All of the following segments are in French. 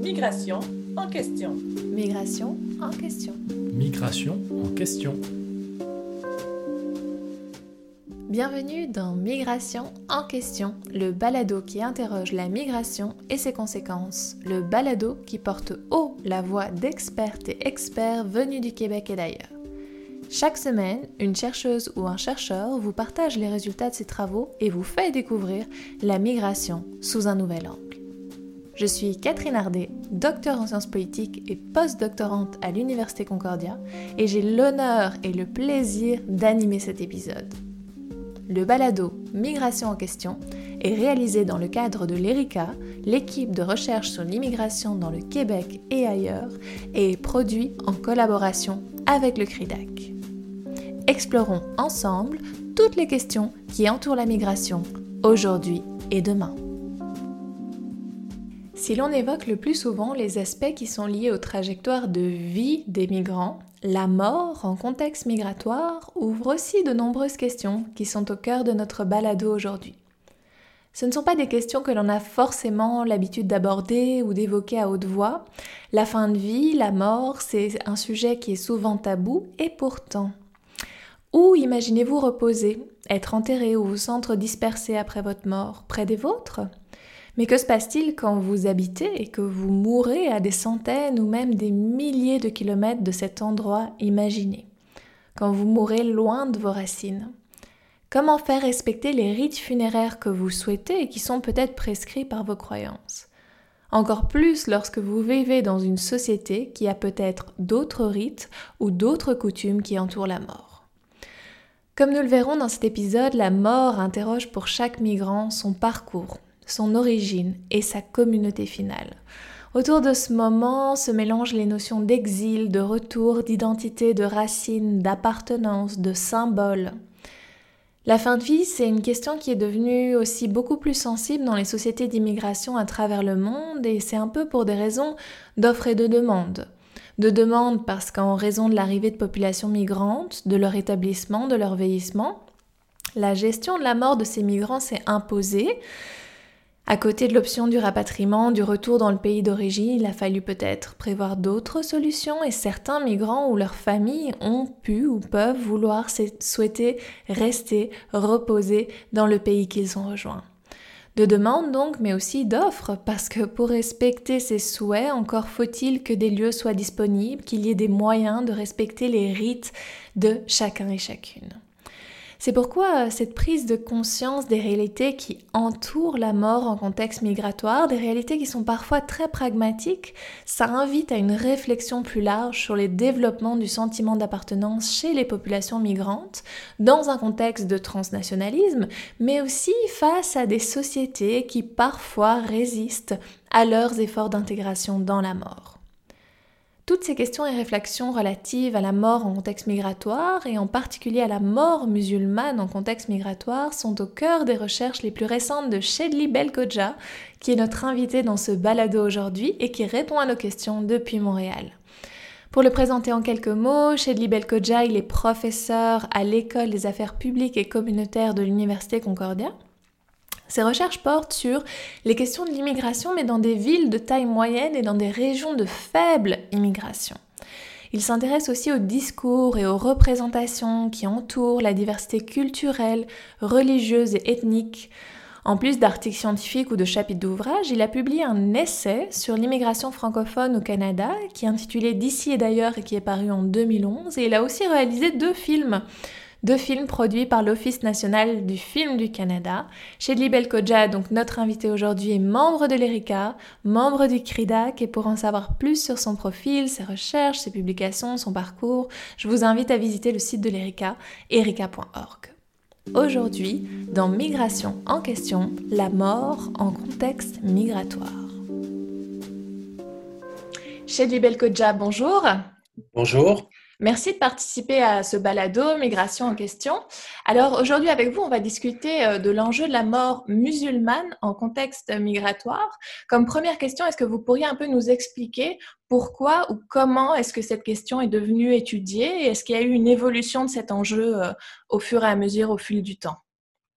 Migration en question. Migration en question. Migration en question. Bienvenue dans Migration en question, le balado qui interroge la migration et ses conséquences. Le balado qui porte haut la voix d'expertes et experts venus du Québec et d'ailleurs. Chaque semaine, une chercheuse ou un chercheur vous partage les résultats de ses travaux et vous fait découvrir la migration sous un nouvel angle. Je suis Catherine Hardet, docteure en sciences politiques et post-doctorante à l'Université Concordia, et j'ai l'honneur et le plaisir d'animer cet épisode. Le balado Migration en question est réalisé dans le cadre de l'ERICA, l'équipe de recherche sur l'immigration dans le Québec et ailleurs, et est produit en collaboration avec le CRIDAC. Explorons ensemble toutes les questions qui entourent la migration, aujourd'hui et demain. Si l'on évoque le plus souvent les aspects qui sont liés aux trajectoires de vie des migrants, la mort en contexte migratoire ouvre aussi de nombreuses questions qui sont au cœur de notre balado aujourd'hui. Ce ne sont pas des questions que l'on a forcément l'habitude d'aborder ou d'évoquer à haute voix. La fin de vie, la mort, c'est un sujet qui est souvent tabou et pourtant. Où imaginez-vous reposer, être enterré ou vous sentir dispersé après votre mort, près des vôtres ? Mais que se passe-t-il quand vous habitez et que vous mourrez à des centaines ou même des milliers de kilomètres de cet endroit imaginé ? Quand vous mourrez loin de vos racines ? Comment faire respecter les rites funéraires que vous souhaitez et qui sont peut-être prescrits par vos croyances ? Encore plus lorsque vous vivez dans une société qui a peut-être d'autres rites ou d'autres coutumes qui entourent la mort. Comme nous le verrons dans cet épisode, la mort interroge pour chaque migrant son parcours, son origine et sa communauté finale. Autour de ce moment se mélangent les notions d'exil, de retour, d'identité, de racines, d'appartenance, de symboles. La fin de vie, c'est une question qui est devenue aussi beaucoup plus sensible dans les sociétés d'immigration à travers le monde et c'est un peu pour des raisons d'offre et de demande. De demande parce qu'en raison de l'arrivée de populations migrantes, de leur établissement, de leur vieillissement, la gestion de la mort de ces migrants s'est imposée. À côté de l'option du rapatriement, du retour dans le pays d'origine, il a fallu peut-être prévoir d'autres solutions et certains migrants ou leurs familles ont pu ou peuvent vouloir souhaiter rester, reposer dans le pays qu'ils ont rejoint. De demande donc, mais aussi d'offres, parce que pour respecter ces souhaits, encore faut-il que des lieux soient disponibles, qu'il y ait des moyens de respecter les rites de chacun et chacune. C'est pourquoi cette prise de conscience des réalités qui entourent la mort en contexte migratoire, des réalités qui sont parfois très pragmatiques, ça invite à une réflexion plus large sur les développements du sentiment d'appartenance chez les populations migrantes, dans un contexte de transnationalisme, mais aussi face à des sociétés qui parfois résistent à leurs efforts d'intégration dans la mort. Toutes ces questions et réflexions relatives à la mort en contexte migratoire et en particulier à la mort musulmane en contexte migratoire sont au cœur des recherches les plus récentes de Shedly Belkhodja, qui est notre invité dans ce balado aujourd'hui et qui répond à nos questions depuis Montréal. Pour le présenter en quelques mots, Shedly Belkhodja, il est professeur à l'École des affaires publiques et communautaires de l'Université Concordia. Ses recherches portent sur les questions de l'immigration, mais dans des villes de taille moyenne et dans des régions de faible immigration. Il s'intéresse aussi aux discours et aux représentations qui entourent la diversité culturelle, religieuse et ethnique. En plus d'articles scientifiques ou de chapitres d'ouvrages, il a publié un essai sur l'immigration francophone au Canada qui est intitulé « D'ici et d'ailleurs » et qui est paru en 2011. Et il a aussi réalisé deux films produits par l'Office national du film du Canada. Shedly Belkhodja, donc notre invité aujourd'hui, est membre de l'ERICA, membre du CRIDAC, et pour en savoir plus sur son profil, ses recherches, ses publications, son parcours, je vous invite à visiter le site de l'ERICA, erica.org. Aujourd'hui, dans Migration en question, la mort en contexte migratoire. Shedly Belkhodja, bonjour. Bonjour. Merci de participer à ce balado Migration en question. Alors aujourd'hui avec vous, on va discuter de l'enjeu de la mort musulmane en contexte migratoire. Comme première question, est-ce que vous pourriez un peu nous expliquer pourquoi ou comment est-ce que cette question est devenue étudiée et est-ce qu'il y a eu une évolution de cet enjeu au fur et à mesure, au fil du temps ?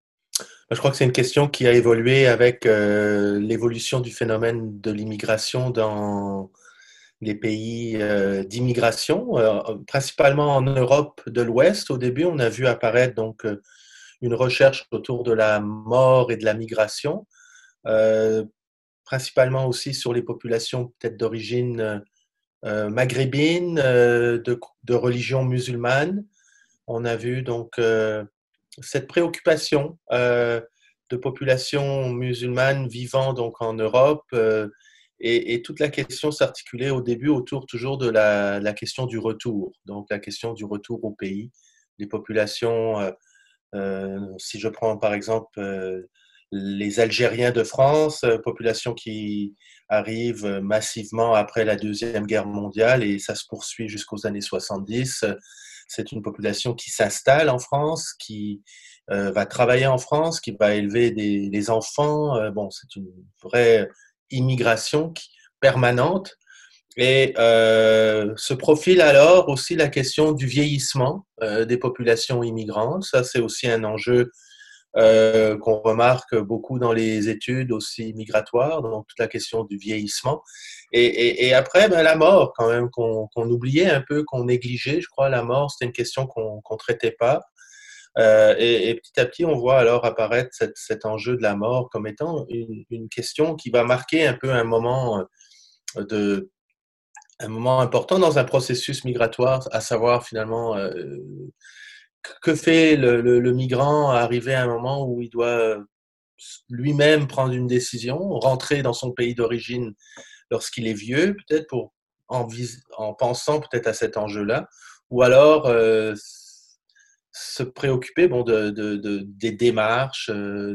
Je crois que c'est une question qui a évolué avec l'évolution du phénomène de l'immigration dans les pays d'immigration, principalement en Europe de l'Ouest. Au début, on a vu apparaître donc une recherche autour de la mort et de la migration, euh, principalement aussi sur les populations peut-être d'origine maghrébine, de religion musulmane. On a vu donc cette préoccupation de populations musulmanes vivant donc en Europe et toute la question s'articulait au début autour toujours de la question du retour, donc la question du retour au pays, des populations, si je prends par exemple les Algériens de France, population qui arrive massivement après la Deuxième Guerre mondiale et ça se poursuit jusqu'aux années 70. C'est une population qui s'installe en France, qui va travailler en France, qui va élever des enfants. Bon, c'est une vraie immigration permanente. Et se profile alors aussi la question du vieillissement des populations immigrantes. Ça, c'est aussi un enjeu qu'on remarque beaucoup dans les études aussi migratoires, donc toute la question du vieillissement. Et après, ben, la mort, quand même, qu'on oubliait un peu, qu'on négligeait, je crois, la mort, c'était une question qu'on traitait pas. Et petit à petit, on voit alors apparaître cet enjeu de la mort comme étant une question qui va marquer un peu de, un moment important dans un processus migratoire, à savoir finalement que fait le migrant arrivé à un moment où il doit lui-même prendre une décision, rentrer dans son pays d'origine lorsqu'il est vieux, peut-être en pensant peut-être à cet enjeu-là, ou alors se préoccuper bon, des démarches,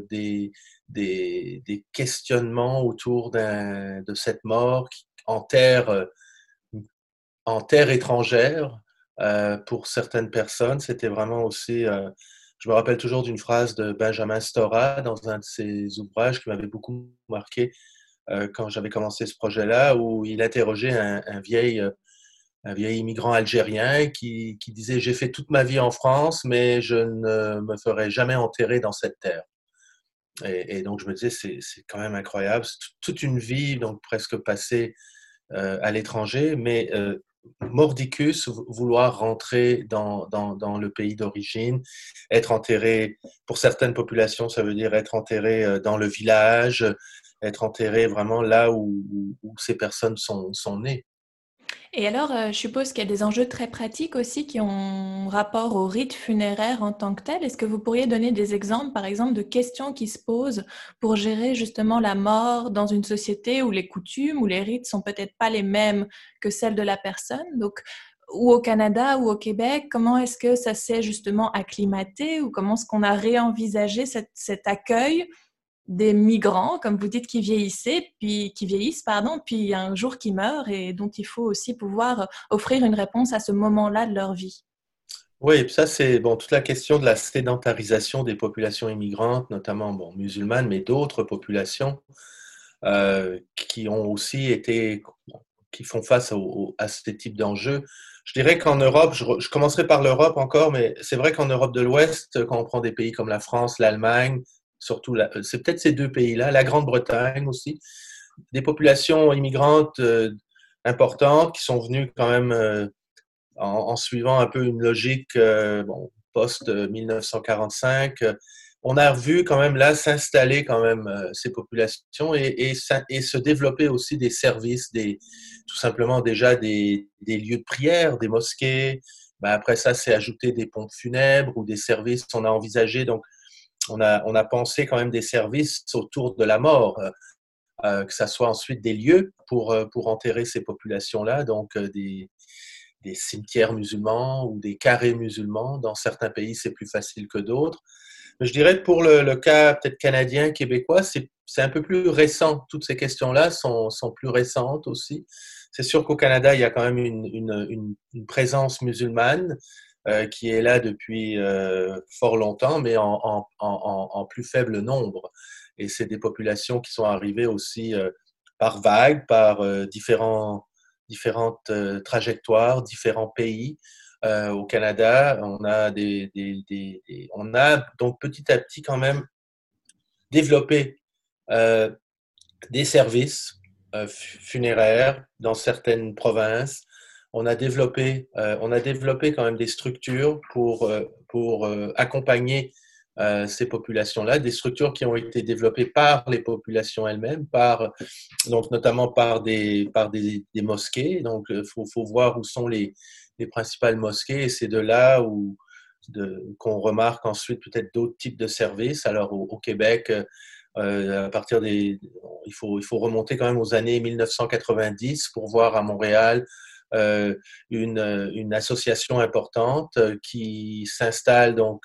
des questionnements autour de cette mort en terre étrangère. Pour certaines personnes, c'était vraiment aussi. Je me rappelle toujours d'une phrase de Benjamin Stora dans un de ses ouvrages qui m'avait beaucoup marqué quand j'avais commencé ce projet-là, où il interrogeait un vieil immigrant algérien qui disait: J'ai fait toute ma vie en France, mais je ne me ferai jamais enterrer dans cette terre. Et donc je me disais, c'est quand même incroyable, c'est toute une vie donc presque passée à l'étranger, mais mordicus, vouloir rentrer dans le pays d'origine, être enterré, pour certaines populations, ça veut dire être enterré dans le village, être enterré vraiment là où ces personnes sont nées. Et alors, je suppose qu'il y a des enjeux très pratiques aussi qui ont rapport au rite funéraire en tant que tel. Est-ce que vous pourriez donner des exemples, par exemple, de questions qui se posent pour gérer justement la mort dans une société où les coutumes ou les rites sont peut-être pas les mêmes que celles de la personne? Donc, ou au Canada ou au Québec, comment est-ce que ça s'est justement acclimaté ou comment est-ce qu'on a réenvisagé cet accueil des migrants, comme vous dites, qui vieillissent, pardon, puis un jour qui meurent et dont il faut aussi pouvoir offrir une réponse à ce moment-là de leur vie. Oui, ça c'est bon, toute la question de la sédentarisation des populations immigrantes, notamment bon, musulmanes, mais d'autres populations qui ont aussi été, qui font face à ce type d'enjeux. Je dirais qu'en Europe, je commencerai par l'Europe encore, mais c'est vrai qu'en Europe de l'Ouest, quand on prend des pays comme la France, l'Allemagne, surtout, c'est peut-être ces deux pays-là, la Grande-Bretagne aussi, des populations immigrantes importantes qui sont venues quand même en suivant un peu une logique bon, post-1945. On a vu quand même là s'installer quand même ces populations et se développer aussi des services, tout simplement déjà des lieux de prière, des mosquées. Ben après ça, c'est ajouter des pompes funèbres ou des services. On a envisagé, donc on a pensé quand même des services autour de la mort, que ça soit ensuite des lieux pour enterrer ces populations-là, donc des cimetières musulmans ou des carrés musulmans. Dans certains pays, c'est plus facile que d'autres. Mais je dirais que pour le cas peut-être canadien, québécois, c'est un peu plus récent. Toutes ces questions-là sont plus récentes aussi. C'est sûr qu'au Canada, il y a quand même une présence musulmane qui est là depuis fort longtemps, mais en plus faible nombre. Et c'est des populations qui sont arrivées aussi par vagues, par différentes trajectoires, différents pays. Au Canada, on a on a donc petit à petit quand même développé des services funéraires dans certaines provinces. On a développé quand même des structures pour accompagner ces populations-là, des structures qui ont été développées par les populations elles-mêmes, donc notamment par des mosquées. Donc, faut voir où sont les principales mosquées, et c'est de là qu'on remarque ensuite peut-être d'autres types de services. Alors, au Québec, à partir il faut remonter quand même aux années 1990 pour voir à Montréal une association importante qui s'installe donc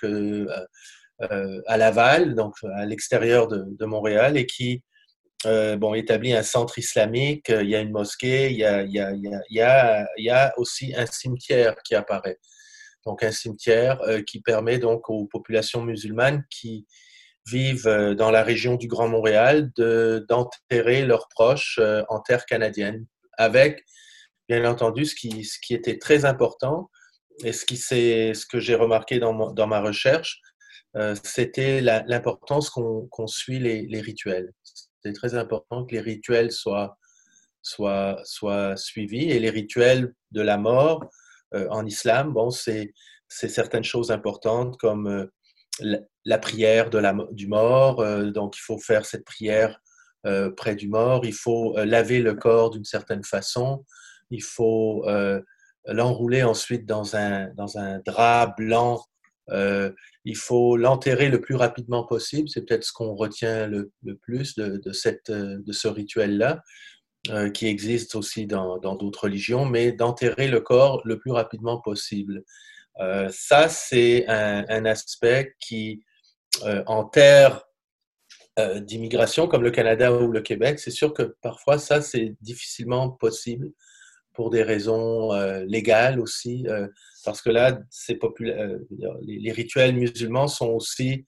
à Laval, donc à l'extérieur de Montréal, et qui établit un centre islamique. Il y a une mosquée, il y a aussi un cimetière qui apparaît. Donc un cimetière qui permet donc aux populations musulmanes qui vivent dans la région du Grand Montréal d'enterrer leurs proches en terre canadienne, avec bien entendu ce qui était très important, et ce que j'ai remarqué dans ma recherche, c'était l'importance qu'on suit les rituels. C'est très important que les rituels soient suivis, et les rituels de la mort en islam, c'est certaines choses importantes comme la prière du mort. Donc il faut faire cette prière près du mort, il faut laver le corps d'une certaine façon, il faut l'enrouler ensuite dans un drap blanc. Il faut l'enterrer le plus rapidement possible. C'est peut-être ce qu'on retient le plus de ce rituel-là, qui existe aussi dans d'autres religions, mais d'enterrer le corps le plus rapidement possible. Ça, c'est un aspect qui, en terre d'immigration, comme le Canada ou le Québec, c'est sûr que parfois, ça, c'est difficilement possible pour des raisons légales aussi, parce que là, les rituels musulmans sont aussi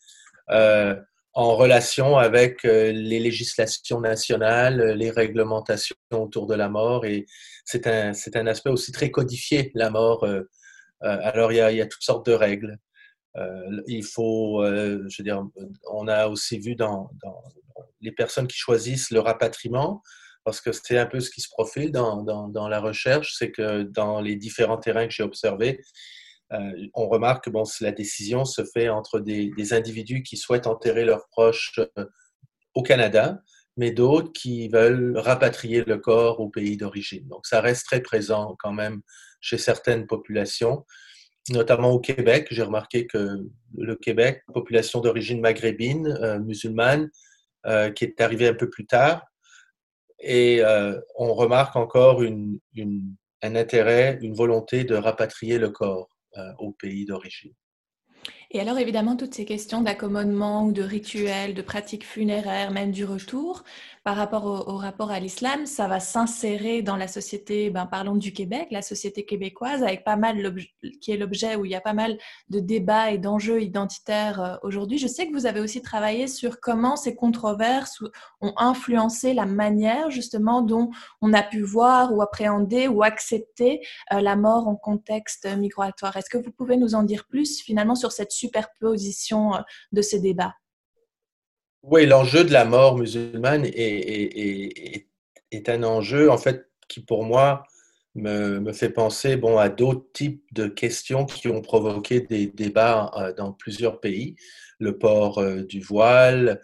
en relation avec les législations nationales, les réglementations autour de la mort, et c'est un aspect aussi très codifié, la mort. Alors, il y a toutes sortes de règles. Il faut, je veux dire, on a aussi vu dans les personnes qui choisissent le rapatriement, parce que c'est un peu ce qui se profile dans la recherche, c'est que dans les différents terrains que j'ai observés, on remarque que la décision se fait entre des individus qui souhaitent enterrer leurs proches au Canada, mais d'autres qui veulent rapatrier le corps au pays d'origine. Donc ça reste très présent quand même chez certaines populations, notamment au Québec. J'ai remarqué que le Québec, population d'origine maghrébine, musulmane, qui est arrivée un peu plus tard, et on remarque encore un intérêt, une volonté de rapatrier le corps au pays d'origine. Et alors évidemment, toutes ces questions d'accommodement ou de rituels, de pratiques funéraires, même du retour, par rapport au rapport à l'islam, ça va s'insérer dans la société, parlons du Québec, la société québécoise, avec pas mal qui est l'objet où il y a pas mal de débats et d'enjeux identitaires aujourd'hui. Je sais que vous avez aussi travaillé sur comment ces controverses ont influencé la manière justement dont on a pu voir ou appréhender ou accepter la mort en contexte migratoire. Est-ce que vous pouvez nous en dire plus finalement sur cette superposition de ces débats? Oui, l'enjeu de la mort musulmane est un enjeu, en fait, qui pour moi me fait penser à d'autres types de questions qui ont provoqué des débats dans plusieurs pays. Le port du voile,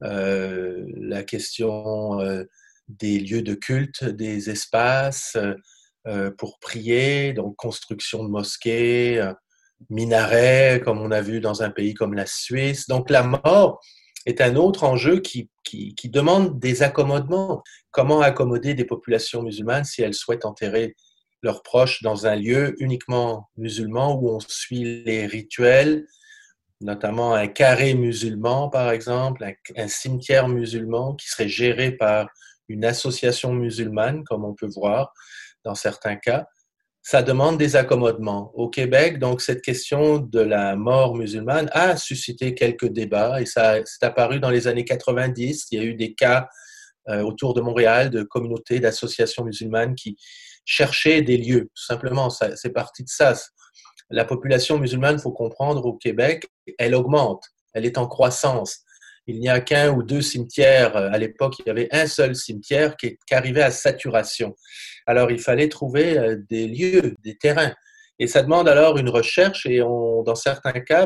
la question des lieux de culte, des espaces pour prier, donc construction de mosquées, minarets, comme on a vu dans un pays comme la Suisse. Donc la mort est un autre enjeu qui demande des accommodements. Comment accommoder des populations musulmanes si elles souhaitent enterrer leurs proches dans un lieu uniquement musulman où on suit les rituels, notamment un carré musulman, par exemple, un cimetière musulman qui serait géré par une association musulmane, comme on peut voir dans certains cas. Ça demande des accommodements. Au Québec, donc, cette question de la mort musulmane a suscité quelques débats, et c'est apparu dans les années 90. Il y a eu des cas autour de Montréal de communautés, d'associations musulmanes qui cherchaient des lieux. Tout simplement, c'est parti de ça. La population musulmane, il faut comprendre, au Québec, elle augmente, elle est en croissance. il n'y a qu'un ou deux cimetières. À l'époque, il y avait un seul cimetière qui arrivait à saturation. Alors, il fallait trouver des lieux, des terrains. Et ça demande alors une recherche et dans certains cas,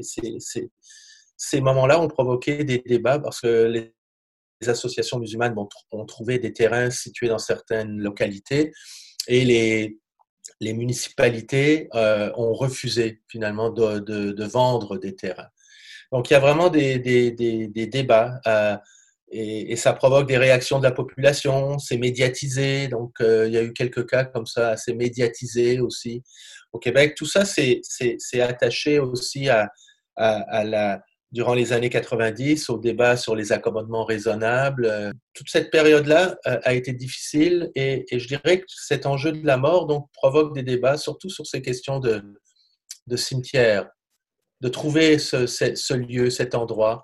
ces moments-là ont provoqué des débats parce que les associations musulmanes ont trouvé des terrains situés dans certaines localités et les municipalités ont refusé finalement de vendre des terrains. Donc il y a vraiment des débats et ça provoque des réactions de la population, c'est médiatisé, donc il y a eu quelques cas comme ça assez médiatisés aussi au Québec. Tout ça, c'est attaché aussi à durant les années 90, au débat sur les accommodements raisonnables. Toute cette période-là a été difficile et je dirais que cet enjeu de la mort donc, provoque des débats, surtout sur ces questions de cimetières, de trouver ce lieu, cet endroit.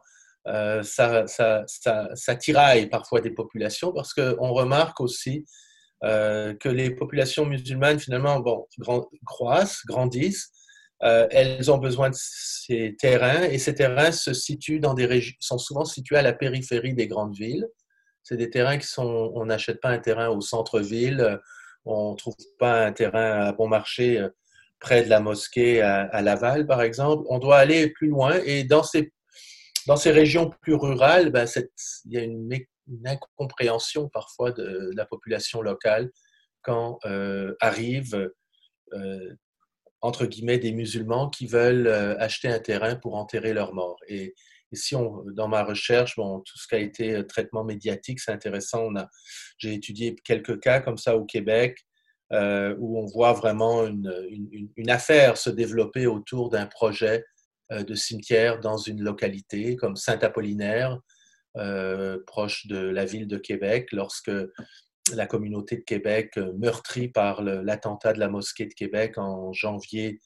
Ça tiraille parfois des populations parce qu'on remarque aussi que les populations musulmanes, finalement, croissent, grandissent. Elles ont besoin de ces terrains et ces terrains se situent dans des régions, sont souvent situés à la périphérie des grandes villes. C'est des terrains on n'achète pas un terrain au centre-ville, on ne trouve pas un terrain à bon marché près de la mosquée à Laval, par exemple. On doit aller plus loin et dans ces régions plus rurales, il y a une incompréhension parfois de la population locale quand arrivent entre guillemets, des musulmans qui veulent acheter un terrain pour enterrer leurs morts. Et si dans ma recherche, tout ce qui a été traitement médiatique, c'est intéressant. J'ai étudié quelques cas comme ça au Québec où on voit vraiment une affaire se développer autour d'un projet de cimetière dans une localité comme Saint-Apollinaire, proche de la ville de Québec, lorsque la communauté de Québec meurtrie par l'attentat de la mosquée de Québec en janvier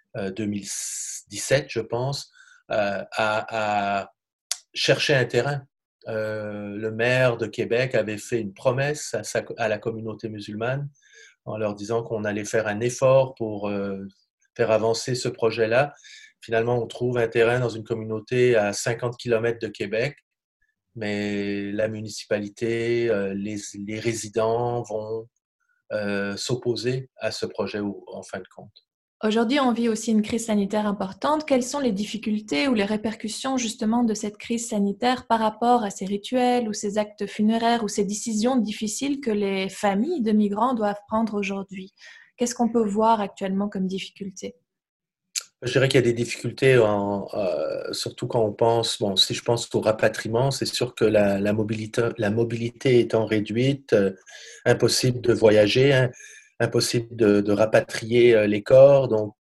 2017, je pense, a cherché un terrain. Le maire de Québec avait fait une promesse à la communauté musulmane en leur disant qu'on allait faire un effort pour faire avancer ce projet-là. Finalement, on trouve un terrain dans une communauté à 50 km de Québec, mais la municipalité, les résidents vont s'opposer à ce projet en fin de compte. Aujourd'hui, on vit aussi une crise sanitaire importante. Quelles sont les difficultés ou les répercussions justement de cette crise sanitaire par rapport à ces rituels ou ces actes funéraires ou ces décisions difficiles que les familles de migrants doivent prendre aujourd'hui? Qu'est-ce qu'on peut voir actuellement comme difficultés? Je dirais qu'il y a des difficultés, surtout quand on pense, si je pense au rapatriement, c'est sûr que la mobilité étant réduite, impossible de voyager, hein, impossible de rapatrier les corps, donc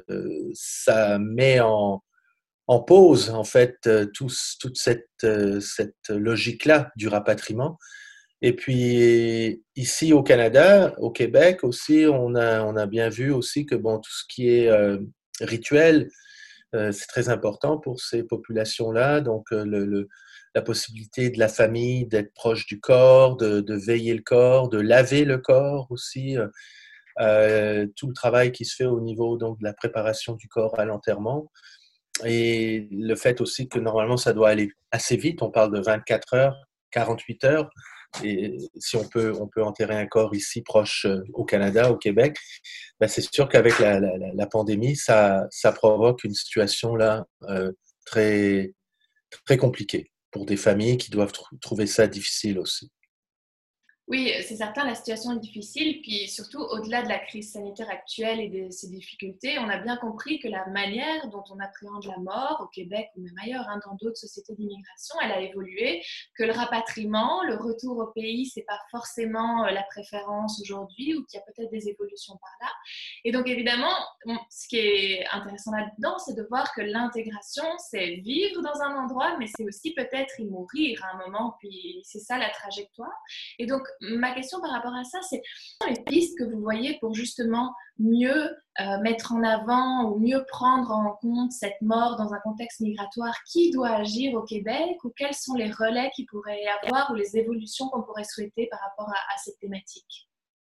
ça met en pause en fait toute cette logique-là du rapatriement. Et puis ici au Canada, au Québec aussi, on a bien vu aussi que tout ce qui est rituel, c'est très important pour ces populations-là. Donc la possibilité de la famille d'être proche du corps, de veiller le corps, de laver le corps aussi. Tout le travail qui se fait au niveau donc, de la préparation du corps à l'enterrement. Et le fait aussi que normalement ça doit aller assez vite, on parle de 24 heures, 48 heures, et si on peut enterrer un corps ici proche au Canada, au Québec, c'est sûr qu'avec la pandémie, ça provoque une situation là très, très compliquée pour des familles qui doivent trouver ça difficile aussi. Oui, c'est certain, la situation est difficile, puis surtout au-delà de la crise sanitaire actuelle et de ses difficultés, on a bien compris que la manière dont on appréhende la mort au Québec ou même ailleurs, dans d'autres sociétés d'immigration, elle a évolué, que le rapatriement, le retour au pays, c'est pas forcément la préférence aujourd'hui ou qu'il y a peut-être des évolutions par là. Et donc évidemment, ce qui est intéressant là-dedans, c'est de voir que l'intégration, c'est vivre dans un endroit, mais c'est aussi peut-être y mourir à un moment, puis c'est ça la trajectoire. Et donc, ma question par rapport à ça, c'est quelles sont les pistes que vous voyez pour justement mieux mettre en avant ou mieux prendre en compte cette mort dans un contexte migratoire? Qui doit agir au Québec ou quels sont les relais qu'il pourrait y avoir ou les évolutions qu'on pourrait souhaiter par rapport à cette thématique?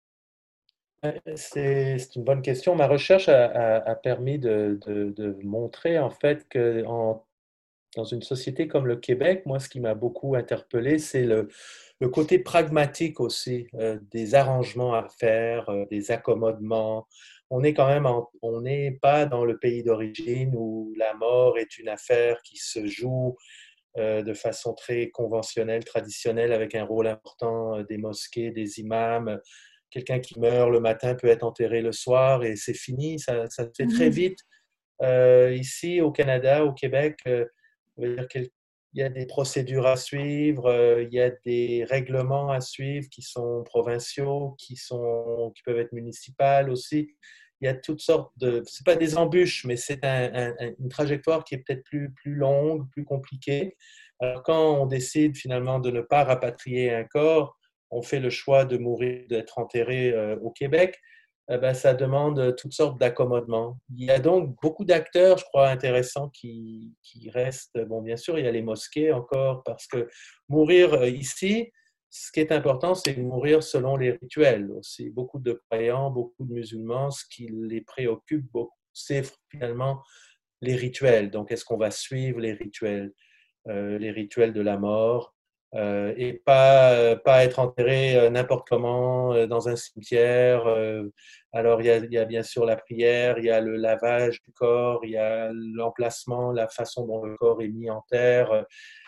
C'est une bonne question. Ma recherche a permis de montrer en fait que dans une société comme le Québec, moi, ce qui m'a beaucoup interpellé, c'est le côté pragmatique aussi, des arrangements à faire, des accommodements. On est quand même, on n'est pas dans le pays d'origine où la mort est une affaire qui se joue de façon très conventionnelle, traditionnelle, avec un rôle important des mosquées, des imams. Quelqu'un qui meurt le matin peut être enterré le soir et c'est fini, ça se fait très Mhm. vite. Ici, au Canada, au Québec, on va dire qu'il y a des procédures à suivre, il y a des règlements à suivre qui sont provinciaux, qui peuvent être municipaux aussi. Il y a toutes sortes de... Ce pas des embûches, mais c'est une trajectoire qui est peut-être plus longue, plus compliquée. Alors, quand on décide finalement de ne pas rapatrier un corps, on fait le choix de mourir, d'être enterré au Québec. Ben, ça demande toutes sortes d'accommodements. Il y a donc beaucoup d'acteurs, je crois, intéressants qui restent. Bon, bien sûr, il y a les mosquées encore, parce que mourir ici, ce qui est important, c'est de mourir selon les rituels aussi. Beaucoup de croyants, beaucoup de musulmans, ce qui les préoccupe beaucoup, c'est finalement les rituels. Donc, est-ce qu'on va suivre les rituels de la mort, et pas être enterré n'importe comment dans un cimetière. Alors, il y a bien sûr la prière, il y a le lavage du corps, il y a l'emplacement, la façon dont le corps est mis en terre,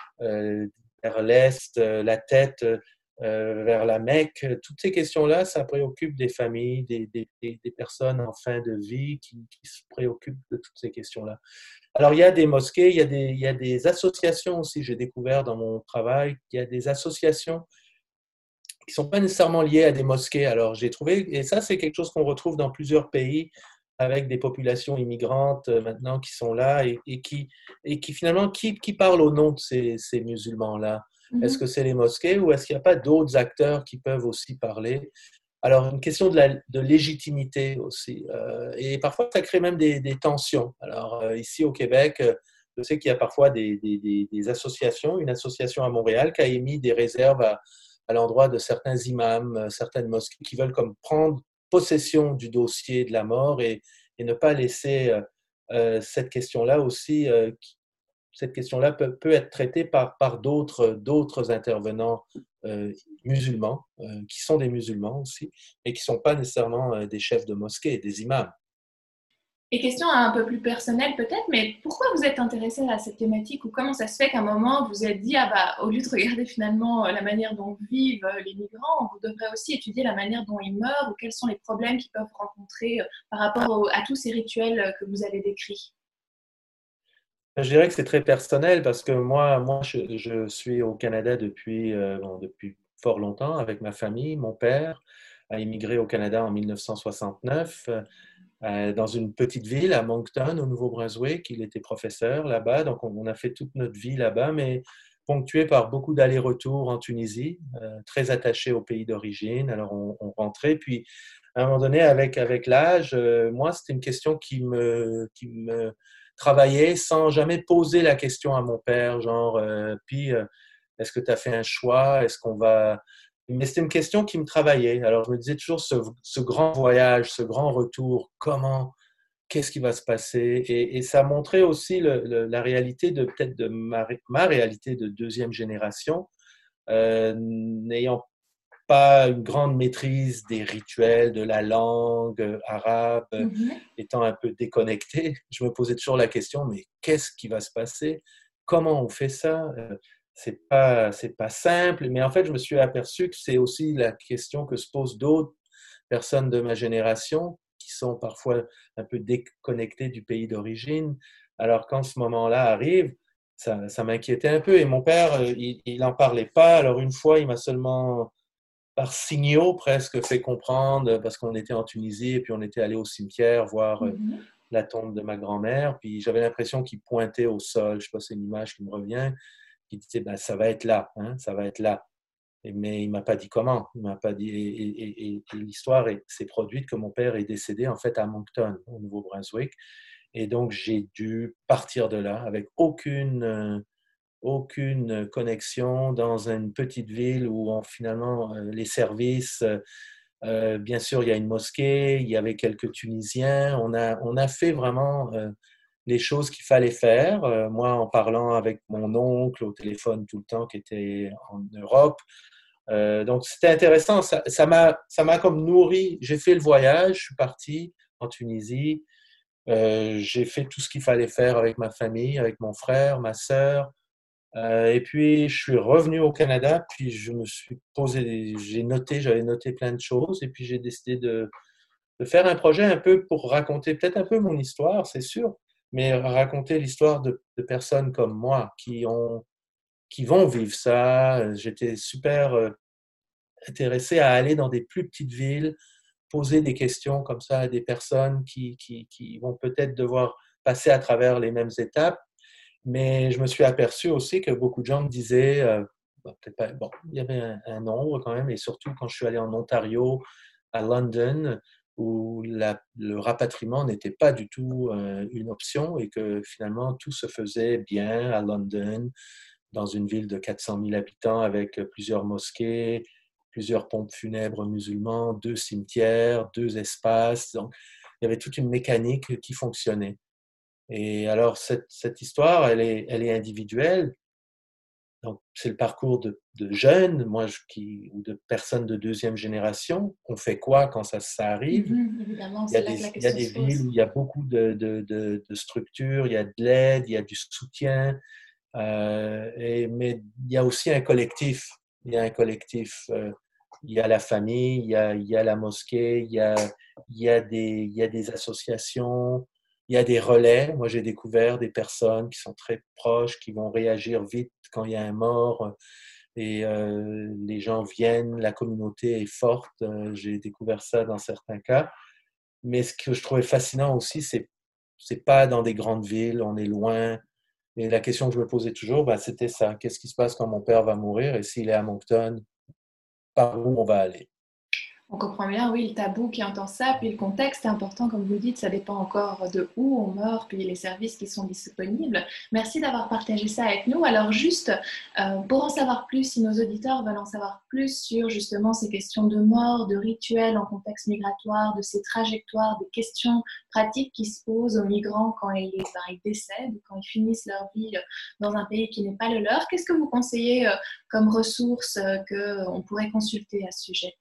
vers l'est, la tête vers la Mecque. Toutes ces questions-là, ça préoccupe des familles, des personnes en fin de vie qui se préoccupent de toutes ces questions-là. Alors, il y a des mosquées, il y a des associations aussi. J'ai découvert dans mon travail qu'il y a des associations qui ne sont pas nécessairement liées à des mosquées. Alors, j'ai trouvé, et ça, c'est quelque chose qu'on retrouve dans plusieurs pays avec des populations immigrantes maintenant qui sont là et qui finalement, qui parlent au nom de ces musulmans-là? Est-ce que Mhm. c'est les mosquées ou est-ce qu'il n'y a pas d'autres acteurs qui peuvent aussi parler? Alors, une question de légitimité aussi. Et parfois, ça crée même des tensions. Alors, ici au Québec, je sais qu'il y a parfois des associations, une association à Montréal qui a émis des réserves à l'endroit de certains imams, certaines mosquées qui veulent comme prendre possession du dossier de la mort et ne pas laisser cette question-là aussi, cette question-là peut être traitée par d'autres intervenants euh, musulmans, qui sont des musulmans aussi, et qui ne sont pas nécessairement des chefs de mosquée, des imams. Et question un peu plus personnelle peut-être, mais pourquoi vous êtes intéressé à cette thématique ou comment ça se fait qu'à un moment vous vous êtes dit, ah bah, au lieu de regarder finalement la manière dont vivent les migrants, vous devrez aussi étudier la manière dont ils meurent ou quels sont les problèmes qu'ils peuvent rencontrer par rapport à tous ces rituels que vous avez décrits. Je dirais que c'est très personnel parce que moi je suis au Canada depuis fort longtemps avec ma famille. Mon père a immigré au Canada en 1969 dans une petite ville à Moncton, au Nouveau-Brunswick. Il était professeur là-bas, donc on a fait toute notre vie là-bas, mais ponctué par beaucoup d'allers-retours en Tunisie, très attaché au pays d'origine. Alors on rentrait, puis à un moment donné, avec l'âge, moi, c'était une question qui me travaillait sans jamais poser la question à mon père, genre, est-ce que tu as fait un choix? Est-ce qu'on va... Mais c'était une question qui me travaillait. Alors, je me disais toujours ce grand voyage, ce grand retour, qu'est-ce qui va se passer? Et ça montrait aussi la réalité de peut-être de ma réalité de deuxième génération, n'ayant pas une grande maîtrise des rituels, de la langue arabe, Mhm. étant un peu déconnecté, je me posais toujours la question, mais qu'est-ce qui va se passer? Comment on fait ça? C'est pas simple, mais en fait, je me suis aperçu que c'est aussi la question que se posent d'autres personnes de ma génération qui sont parfois un peu déconnectées du pays d'origine. Alors, quand ce moment-là arrive, ça m'inquiétait un peu. Et mon père, il n'en parlait pas. Alors, une fois, il m'a seulement par signaux presque fait comprendre, parce qu'on était en Tunisie et puis on était allé au cimetière voir Mhm. la tombe de ma grand-mère. Puis j'avais l'impression qu'il pointait au sol. Je sais pas, c'est une image qui me revient. Il disait, ben, ça va être là, hein, ça va être là. Mais il m'a pas dit comment. Il m'a pas dit. Et l'histoire s'est produite que mon père est décédé en fait à Moncton, au Nouveau-Brunswick. Et donc j'ai dû partir de là avec aucune connexion dans une petite ville où finalement les services, bien sûr, il y a une mosquée, il y avait quelques Tunisiens. On a fait vraiment les choses qu'il fallait faire. Moi, en parlant avec mon oncle au téléphone tout le temps qui était en Europe. Donc, c'était intéressant. Ça m'a comme nourri. J'ai fait le voyage, je suis parti en Tunisie. J'ai fait tout ce qu'il fallait faire avec ma famille, avec mon frère, ma sœur. Et puis, je suis revenu au Canada, puis je me suis posé, j'avais noté plein de choses, et puis j'ai décidé de faire un projet un peu pour raconter peut-être un peu mon histoire, c'est sûr, mais raconter l'histoire de personnes comme moi qui vont vivre ça. J'étais super intéressé à aller dans des plus petites villes, poser des questions comme ça à des personnes qui vont peut-être devoir passer à travers les mêmes étapes. Mais je me suis aperçu aussi que beaucoup de gens me disaient, peut-être pas, bon, il y avait un nombre quand même, et surtout quand je suis allé en Ontario, à London, où le rapatriement n'était pas du tout une option et que finalement tout se faisait bien à London, dans une ville de 400 000 habitants avec plusieurs mosquées, plusieurs pompes funèbres musulmans, 2 cimetières, 2 espaces. Donc, il y avait toute une mécanique qui fonctionnait. Et alors, cette histoire, elle est individuelle. Donc, c'est le parcours de jeunes, ou de personnes de deuxième génération. On fait quoi quand ça arrive? Évidemment, Il y a c'est là que la il y a question des se pose. villes où il y a beaucoup de structures, il y a de l'aide, il y a du soutien. Mais il y a aussi un collectif. Il y a un collectif. Il y a la famille, il y a la mosquée, il y a des associations, il y a des relais. Moi, j'ai découvert des personnes qui sont très proches, qui vont réagir vite quand il y a un mort. Et les gens viennent, la communauté est forte. J'ai découvert ça dans certains cas. Mais ce que je trouvais fascinant aussi, c'est pas dans des grandes villes, on est loin. Et la question que je me posais toujours, ben, c'était ça. Qu'est-ce qui se passe quand mon père va mourir? Et s'il est à Moncton, par où on va aller? On comprend bien, oui, le tabou qui entend ça, puis le contexte est important, comme vous dites, ça dépend encore de où on meurt, puis les services qui sont disponibles. Merci d'avoir partagé ça avec nous. Alors juste, pour en savoir plus, si nos auditeurs veulent en savoir plus sur justement ces questions de mort, de rituels en contexte migratoire, de ces trajectoires, des questions pratiques qui se posent aux migrants quand ils décèdent, quand ils finissent leur vie dans un pays qui n'est pas le leur, qu'est-ce que vous conseillez comme ressources qu'on pourrait consulter à ce sujet?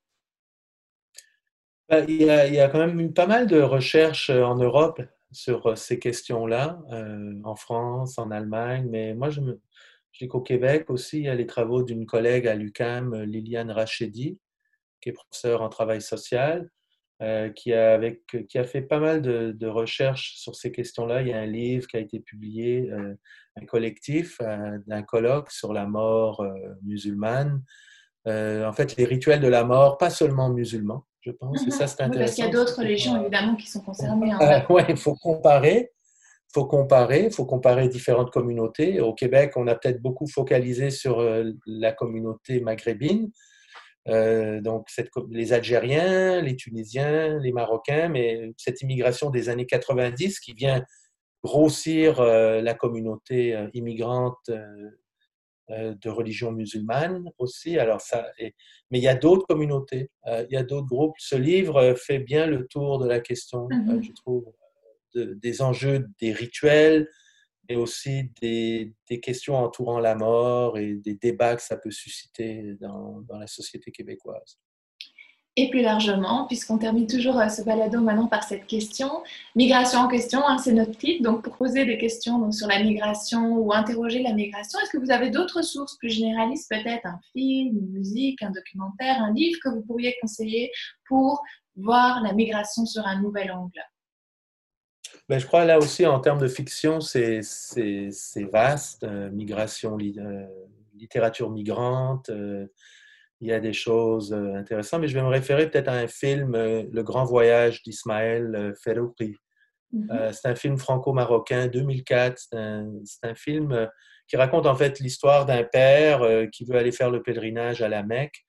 Il y a quand même pas mal de recherches en Europe sur ces questions-là, en France, en Allemagne, mais je dis qu'au Québec aussi, il y a les travaux d'une collègue à l'UQAM, Liliane Rachedi, qui est professeure en travail social, qui a fait pas mal de recherches sur ces questions-là. Il y a un livre qui a été publié, un collectif, d'un colloque sur la mort musulmane. En fait, les rituels de la mort, pas seulement musulmans, je pense. Et ça, c'est Oui, parce qu'il y a intéressant. d'autres légions évidemment qui sont concernées. Ouais, il faut comparer. Il faut comparer différentes communautés. Au Québec, on a peut-être beaucoup focalisé sur la communauté maghrébine, donc les Algériens, les Tunisiens, les Marocains, mais cette immigration des années 90 qui vient grossir la communauté immigrante de religion musulmane aussi. Mais il y a d'autres communautés, il y a d'autres groupes. Ce livre fait bien le tour de la question, je trouve, des enjeux des rituels, et aussi des questions entourant la mort et des débats que ça peut susciter dans la société québécoise. Et plus largement, puisqu'on termine toujours ce balado maintenant par cette question, migration en question, hein, c'est notre titre, donc pour poser des questions donc, sur la migration ou interroger la migration, est-ce que vous avez d'autres sources plus généralistes, peut-être un film, une musique, un documentaire, un livre que vous pourriez conseiller pour voir la migration sur un nouvel angle? Ben, je crois là aussi, en termes de fiction, c'est vaste. Migration, littérature migrante, il y a des choses intéressantes, mais je vais me référer peut-être à un film, Le Grand Voyage d'Ismaël Ferroukri. C'est un film franco-marocain, 2004. C'est un film qui raconte en fait l'histoire d'un père qui veut aller faire le pèlerinage à la Mecque,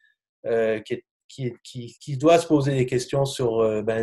qui doit se poser des questions sur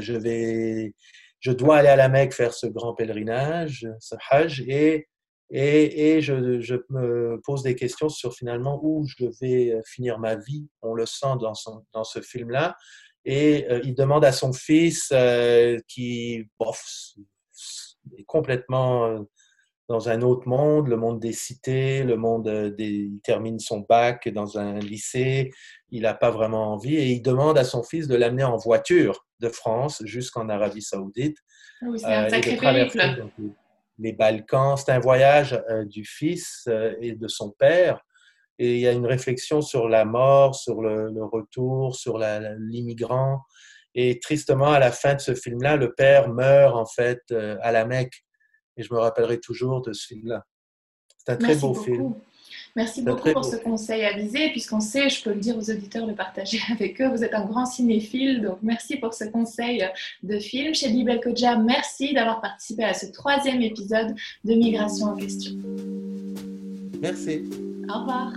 je dois aller à la Mecque faire ce grand pèlerinage, ce Hajj, et je me pose des questions sur finalement où je vais finir ma vie. On le sent dans ce film-là. Et il demande à son fils, qui est complètement dans un autre monde, le monde des cités, le monde il termine son bac dans un lycée, il n'a pas vraiment envie et il demande à son fils de l'amener en voiture de France jusqu'en Arabie Saoudite. Oui, c'est un sacré et de traverser périple. donc, les Balkans. C'est un voyage du fils et de son père. Et il y a une réflexion sur la mort, sur le retour, sur l'immigrant. Et tristement, à la fin de ce film-là, le père meurt en fait à la Mecque. Et je me rappellerai toujours de ce film-là. C'est un très beau film. Merci beaucoup pour ce conseil avisé. Puisqu'on sait, je peux le dire aux auditeurs, le partager avec eux, vous êtes un grand cinéphile, donc merci pour ce conseil de film. Shelby Belkodja, merci d'avoir participé à ce 3e épisode de Migration en question. Merci. Au revoir.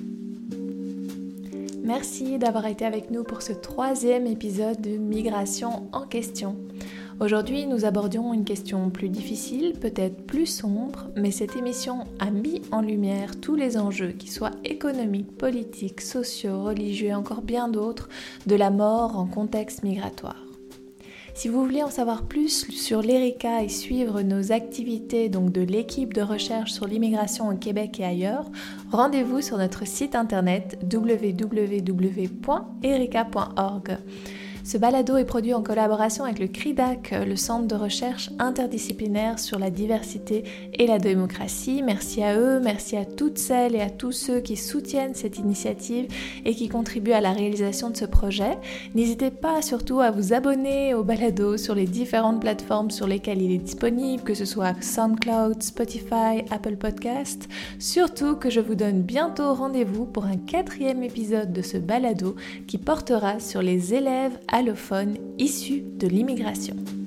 Merci d'avoir été avec nous pour ce 3e épisode de Migration en question. Aujourd'hui, nous abordions une question plus difficile, peut-être plus sombre, mais cette émission a mis en lumière tous les enjeux, qu'ils soient économiques, politiques, sociaux, religieux et encore bien d'autres, de la mort en contexte migratoire. Si vous voulez en savoir plus sur l'ERICA et suivre nos activités donc de l'équipe de recherche sur l'immigration au Québec et ailleurs, rendez-vous sur notre site internet www.erica.org. Ce balado est produit en collaboration avec le CRIDAC, le Centre de recherche interdisciplinaire sur la diversité et la démocratie. Merci à eux, merci à toutes celles et à tous ceux qui soutiennent cette initiative et qui contribuent à la réalisation de ce projet. N'hésitez pas surtout à vous abonner au balado sur les différentes plateformes sur lesquelles il est disponible, que ce soit SoundCloud, Spotify, Apple Podcast. Surtout que je vous donne bientôt rendez-vous pour un 4e épisode de ce balado qui portera sur les élèves allophones issus de l'immigration.